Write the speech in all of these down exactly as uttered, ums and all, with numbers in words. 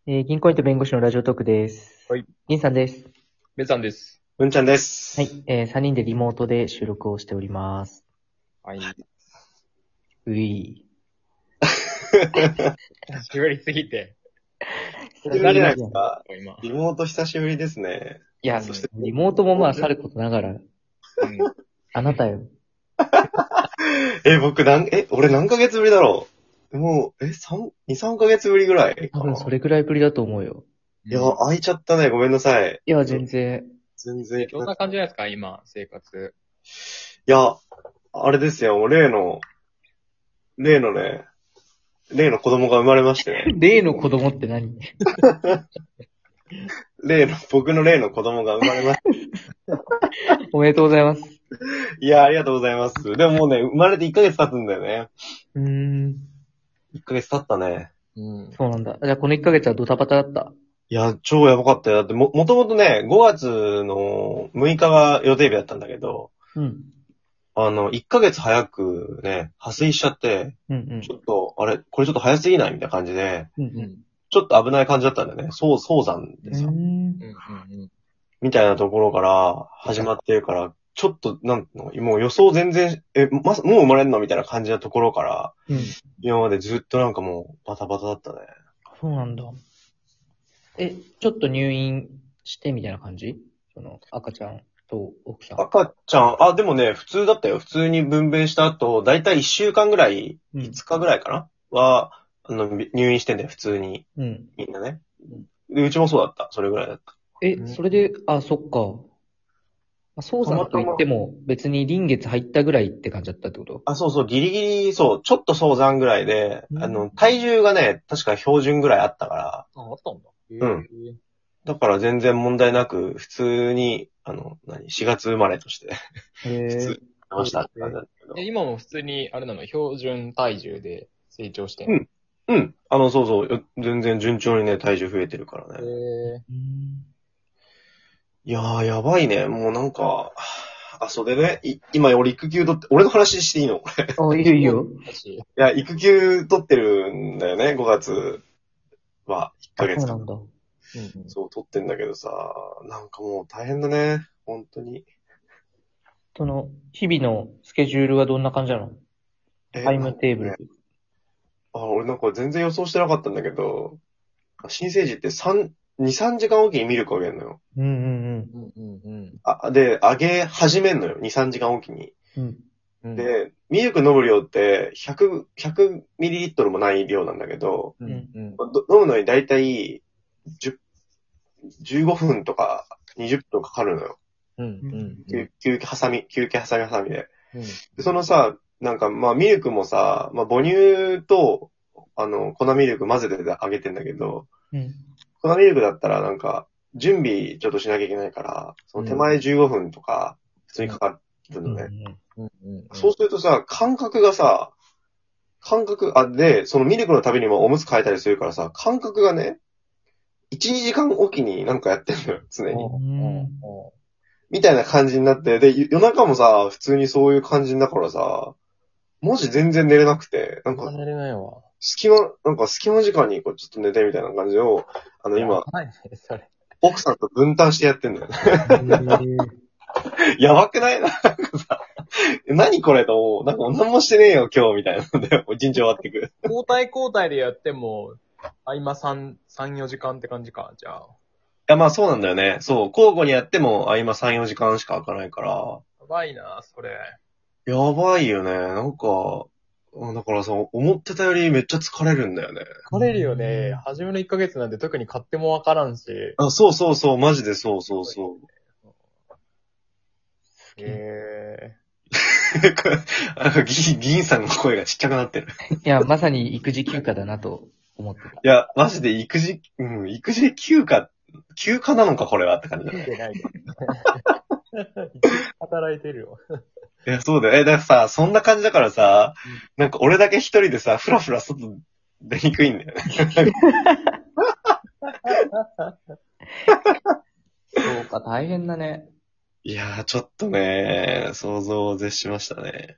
えー、銀行員と弁護士のラジオトークです。 はい。 銀さんです。 ベンさんです。 うんちゃんです。 はい。えー、さんにんでリモートで収録をしております。 はい。 うい久しぶりすぎて。 久しぶりじゃないですいか。 今。 リモート久しぶりですね。 や、 そして、 リモートもまあさることながら、 うん。 あなたよ。 え、僕なん、え、俺何ヶ月ぶりだろうもう、え、三、二、三ヶ月ぶりぐらいかな。 多分それくらいぶりだと思うよ。 いや、空いちゃったね。ごめんなさい。 いや、全然。 全然。 どんな感じなんですか今、生活。 いや、あれですよ。例の、例のね、例の子供が生まれましてね。 例の子供って何例の、僕の例の子供が生まれましおめでとうございます。 て。いや、ありがとうございます。でももうね、生まれていっかげつ経つんだよね。 うーん。 いっかげつ経ったね。 うん。 そうなんだ。じゃあこのいっかげつはドタバタだったいや、超やばかったよ。だっても、もともとね、ごがつのむいかが予定日だったんだけど、 うん。 あの、いっかげつ早くね、破水しちゃって、 うんうんちょっと、あれ、これちょっと早すぎないみたいな感じで、 うんうん。うん。 ちょっと危ない感じだったんだよね。そう、早産でさ、 うん。 うん。うん。 みたいなところから始まってるから、ちょっと、なんの、もう予想全然、え、まさ、もう生まれんのみたいな感じなところから、 うん。 今までずっとなんかもう、バタバタだったね。 そうなんだ。え、ちょっと入院してみたいな感じその、赤ちゃんと奥さん。 赤ちゃん、あ、でもね、普通だったよ。普通に分娩した後、だいたいいっしゅうかんぐらい、 うんいつかぐらいかなは、あの、入院してんだよ、普通に。 うん。 みんなね。で、うちもそうだった。それぐらいだった。 え、 うんそれで、あ、そっか。まあ、早産と言っても、別に臨月入ったぐらいって感じだったってことあ、そうそう、ギリギリ、そう、ちょっと早産ぐらいで、 うんあの、体重がね、確か標準ぐらいあったから、 あ、あったんだ。 うんへえ。 だから全然問題なく、普通に、あの、何、しがつ生まれとして、 へ普通え。 にましたって感じなんだけどえ、。今も普通に、あれなの、標準体重で成長してんの。 うんうん。あの、そうそう、よ全然順調にね、体重増えてるからへね。 え。 うんいやー、やばいね。もうなんか、あ、それでね、い今俺育休取って、俺の話していいのこれ。いあ、いいよいいよ。 私。 や、育休取ってるんだよね、ごがつは。1 あ、 ヶ月間。 そうなんだ。 うん。 そう、取ってんだけどさ、なんかもう大変だね。本当に。 その、日々のスケジュールはどんな感じなのえタイムテーブルなんかね。あ、俺なんか全然予想してなかったんだけど、新生児ってさん、に、さんじかんおきにミルクあげるのよ。 うんうんうん。うん。うん。 あ、で、あげ始めんのよ。に、さんじかんおきに。 うん。うん。 うん。 で、ミルク飲む量ってひゃく、ひゃくミリリットルもない量なんだけど、 うん。うん。 ど飲むのにだいたいじゅう、じゅうごふんとかにじゅっぷんかかるのよ。 うん。うん。 休休憩挟み、休憩挟み挟みで。 うん。 でそのさ、なんかまあミルクもさ、まあ母乳と、あの、粉ミルク混ぜてあげてんだけど、 うん。 粉ミルクだったらなんか、準備ちょっとしなきゃいけないから、その手前じゅうごふんとか、普通にかかるのね。 うん。うん。 そうするとさ、感覚がさ、感覚、あ、で、そのミルクのたびにもおむつ替えたりするからさ、感覚がね、いち、にじかんおきになんかやってんのよ、常に。 うんみたいな感じになって、で、夜中もさ、普通にそういう感じだからさ、文字全然寝れなくて、なんか、 寝れないわ。 隙間、なんか隙間時間にこうちょっと寝てみたいな感じを、あの今、 はいね、それ。 奥さんと分担してやってんだよね。 へやばくないなんかさ、何これと思う。なんか何もしてねえよ今日みたいなので、一日終わってく。 交代交代でやっても、あ、今さん、さん、よじかんって感じか、じゃあ。 いやまあそうなんだよね。そう、交互にやっても、あ、今さん、よじかんしか開かないから、 やばいな、それ。 やばいよね。なんか、うんだからさ、思ってたよりめっちゃ疲れるんだよね。 疲れるよね。初めのいっかげつなんて特に買ってもわからんし。 あ、そうそうそう、マジでそうそうそう。 へあの銀、銀さんの声がちっちゃくなってる。 いや、まさに育児休暇だなと思ってた。 いや、マジで育児、うん、育児休暇、休暇なのかこれはって感じだね。 ー。ないで。働いてるよ。 いや、そうだよ。え、だからさ、そんな感じだからさ、なんか俺だけ一人でさ、ふらふら外出にくいんだよね。 そうか、大変だね。 いやー、ちょっとね、想像を絶しましたね。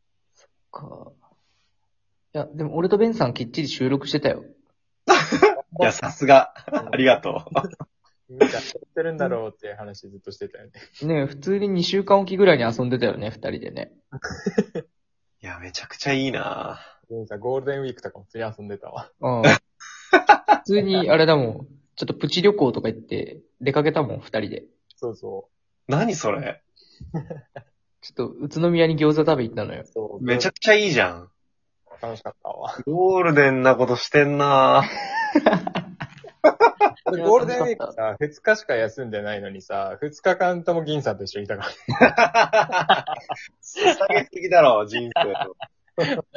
か。いや、でも俺とベンさんきっちり収録してたよ。 いや、さすが。ありがとう。 みんなやってるんだろうっていう話ずっとしてたよね。 ね普通ににしゅうかんおきぐらいに遊んでたよね、二人でね。 いや、めちゃくちゃいいなでさ、ゴールデンウィークとかも普通に遊んでたわ。 うん。普通に、あれだもん。ちょっとプチ旅行とか行って、出かけたもん、二人で。 そうそ何それちょっと、宇都宮に餃子食べ行ったのよ。 う。そう。 めちゃくちゃいいじゃん。 楽しかったわ。 ゴールデンなことしてんな俺ゴールデンウィークさ、ふつかしか休んでないのにさ、ふつかかんとも銀さんと一緒にいたから。 下げすぎだろ、人生と。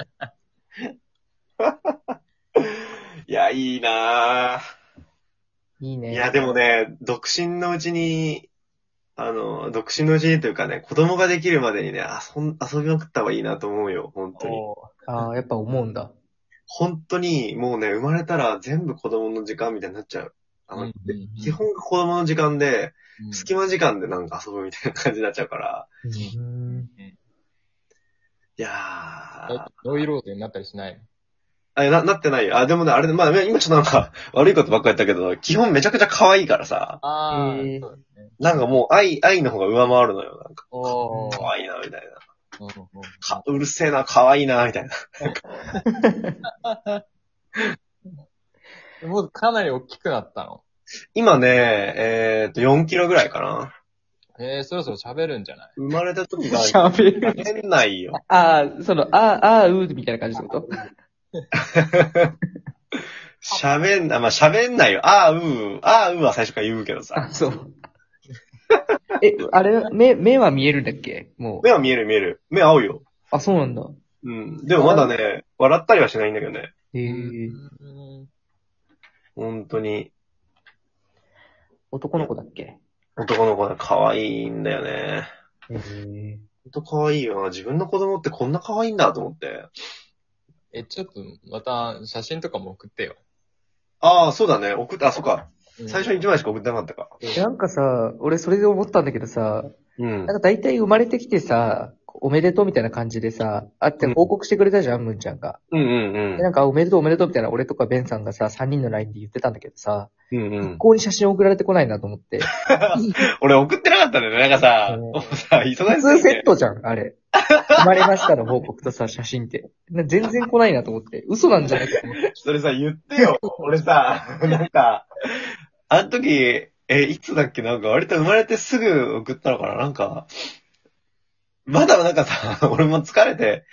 いや、いいなぁ。 いいね。 いや、でもね、独身のうちに、あの、独身のうちにというかね、子供ができるまでにね、遊ん遊びまくった方がいいなと思うよ、本当に。 ああ、やっぱ思うんだ。 本当に、もうね、生まれたら全部子供の時間みたいになっちゃう。あの、 うんうんうん基本が子供の時間で、 うん隙間時間でなんか遊ぶみたいな感じになっちゃうから。 うん。 いやえー。 ノイローゼになったりしないの？ あ、な、なってないよ。あ、でもね、あれで、まあ、今ちょっとなんか、悪いことばっかり言ったけど、基本めちゃくちゃ可愛いからさ、 あへーそうだね。 なんかもう愛、愛の方が上回るのよ。なんか、 おー。 可愛いな、みたいな。 うんうんか、うるせえな、可愛いな、みたいな。 もうかなり大きくなったの。 今ね、えーっと、よんキロぐらいかな。 えー、そろそろ喋るんじゃない？ 生まれた時が、 喋る。 変ないよ。 ああ、その、ああ、あーうーみたいな感じってこと喋んな、まあ、喋んないよ。あーうー、あーうーは最初から言うけどさ。 あ、そう。え、あれ、目、目は見えるんだっけもう。 目は見える見える。目合うよ。 あ、そうなんだ。 うん。でもまだね、笑ったりはしないんだけどね。 へえ。 うん本当に。 男の子だっけ男の子が可愛いんだよね。 へえ。 ほんと可愛いよな。自分の子供ってこんな可愛いんだと思って。 え、ちょっと、また、写真とかも送ってよ。 ああ、そうだね。送った、あ、そっか。 うん最初にいちまいしか送ってなかったか。 なんかさ、俺それで思ったんだけどさ、 うんなん。か大体生まれてきてさ、おめでとうみたいな感じでさ、あって報告してくれたじゃん、むんちゃんが。 うんうんで、なんかおめでとうおめでとうみたいな俺とかベンさんがさ、さんにんの ライン で言ってたんだけどさ、 うん。うんう一ん。 向に写真送られてこないなと思って。 俺送ってなかったんだよね。なんかさ、 うんもうさ、忙しすぎて。 普通セットじゃん、あれ。生まれましたの報告とさ、写真って。な全然来ないなと思って。嘘なんじゃないかと思って。 それさ、言ってよ。俺さ、なんか、あの時、え、いつだっけなんか割と生まれてすぐ送ったのかななんか、まだなんかさ、俺も疲れて、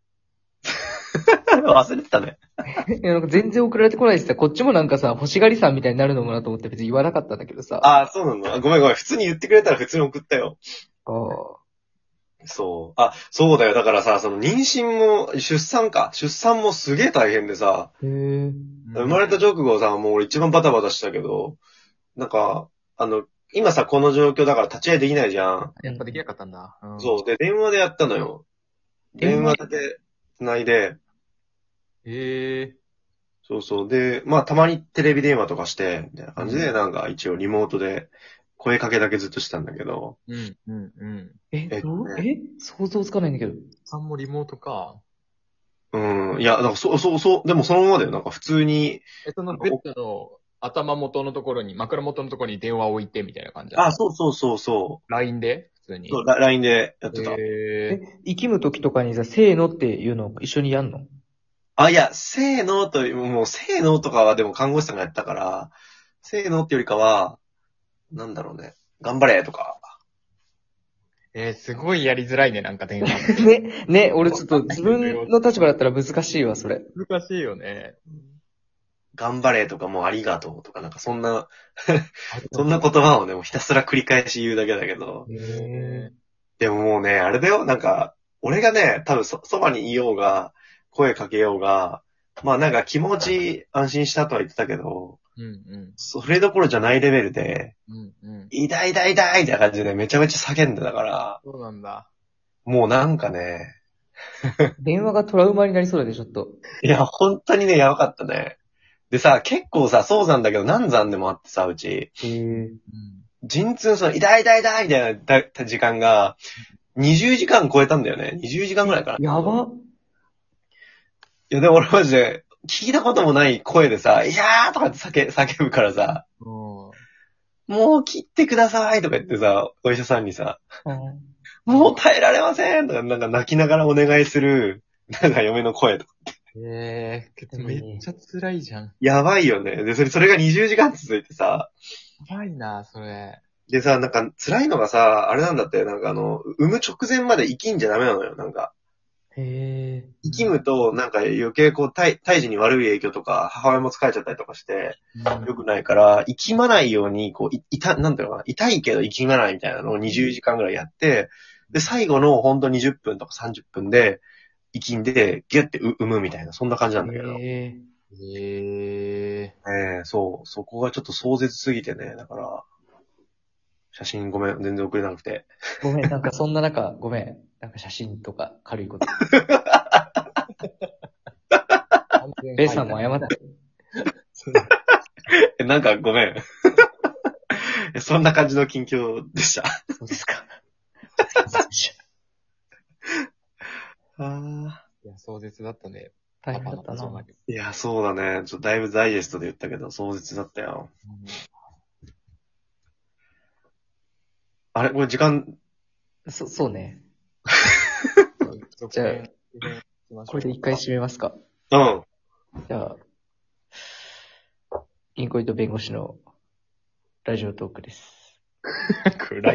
忘れてたね。 いやなんか全然送られてこないしさ、こっちもなんかさ、欲しがりさんみたいになるのもなと思って別に言わなかったんだけどさ。 ああ、そうなのあごめんごめん。普通に言ってくれたら普通に送ったよ。 あそう。あ、そうだよ。だからさ、その妊娠も、出産か。出産もすげえ大変でさ、 へえ。 生まれた直後さ、もう俺一番バタバタしたけど、なんか、あの、今さ、この状況だから立ち会いできないじゃん。 やっぱできなかったんだ。うん、 そう。で、電話でやったのよ。電電話話で繋いで、 へえそうそう。で、まあ、たまにテレビ電話とかして、みたいな感じで、なんか一応リモートで声かけだけずっとしてたんだけど、 ー。うん、うん、うん。 え、 えどうえ想像つかないんだけど。 さんもリモートか。 うん、いや、なんかそう、そう、そう、でもそのままだよ。なんか普通に、 え、そのベッドの頭元のところに、枕元のところに電話を置いてみたいな感じあ、そうそうそうそライン で普通う。 に。 そう、ラ ライン でやってた。 へええ、 生きむ時とかにさ、せーのっていうのを一緒にやんのあ、いや、せーのと、もうせーのとかはでも看護師さんがやったから、せーのってよりかは、なんだろうね。頑張れとか。 えー、すごいやりづらいね、なんか電話。 ね、ね、俺ちょっと自分の立場だったら難しいわ、それ。 難しいよね。 頑張れとかもうありがとうとかなんかそんな、そんな言葉をね、もうひたすら繰り返し言うだけだけど。 へでももうね、あれだよ、なんか、俺がね、多分そ、そばにいようが、声かけようが、まあなんか気持ち安心したとは言ってたけど、 うんうん。 それどころじゃないレベルで、 うんうん。 痛い痛い痛いみたいな感じでめちゃめちゃ叫んでたから、 そうなんだ。 もうなんかね、 電話がトラウマになりそうだね、ちょっと。 いや、本当にね、やばかったね。でさ、結構さ、早産だけど難産でもあってさ、うち。 へえ。 うん。 陣痛、その、痛い痛い痛いみたいなた時間が、にじゅうじかん超えたんだよね。にじゅうじかんぐらいかな。 やば。 いや、でも俺マジで、 聞いたこともない声でさ、いやーとかって叫叫ぶからさ、 うん。 もう切ってくださいとか言ってさ、お医者さんにさ、 うん。 もう耐えられませんとか、なんか泣きながらお願いする、なんか嫁の声とか。 ええー、めっちゃ辛いじゃん。 やばいよね。で、それ、それがにじゅうじかん続いてさ、 やばいな、それ。 でさ、なんか辛いのがさ、あれなんだって、なんかあの、産む直前まで生きんじゃダメなのよ、なんか。 へえ。 生きむと、なんか余計こう、胎胎児に悪い影響とか、母親も疲れちゃったりとかして、良くないから、生きまないように、こう、い、いた、なんていうのかな、痛いけど生きまないみたいなのをにじゅうじかんぐらいやって、で、最後のほんとにじゅっぷんとかさんじゅっぷんで、生きんで、ギュッて産むみたいな、そんな感じなんだけど。 へえ。 ええええそう、そこがちょっと壮絶すぎてね、だから、写真ごめん、全然送れなくて。 ごめん、なんかそんな中、ごめん。なんか写真とか軽いこと。 ー。 ベイさんも謝って。 えなんかごめん。そんな感じの近況でした。 そうですか。 あいや、壮絶だったね。 大変だったな。 パパの始まりいや、そうだね。ちょっとだいぶダイジェストで言ったけど、壮絶だったよ。あれこれ時間、 そ、そうね。 うん。 じゃあ続編続編行きましょうこれで一回締めますか。 うん。 じゃあ、銀行員と弁護士のラジオトークです。 暗い。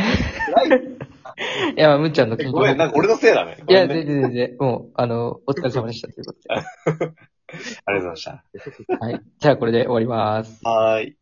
いや、むっちゃんの近況。 ごめん、なんか俺のせいだね。 いや、 ごめんね全然全然、もう、あの、お疲れ様でしたということで。 ありがとうございました。 はい。じゃあ、これで終わります。 はーい。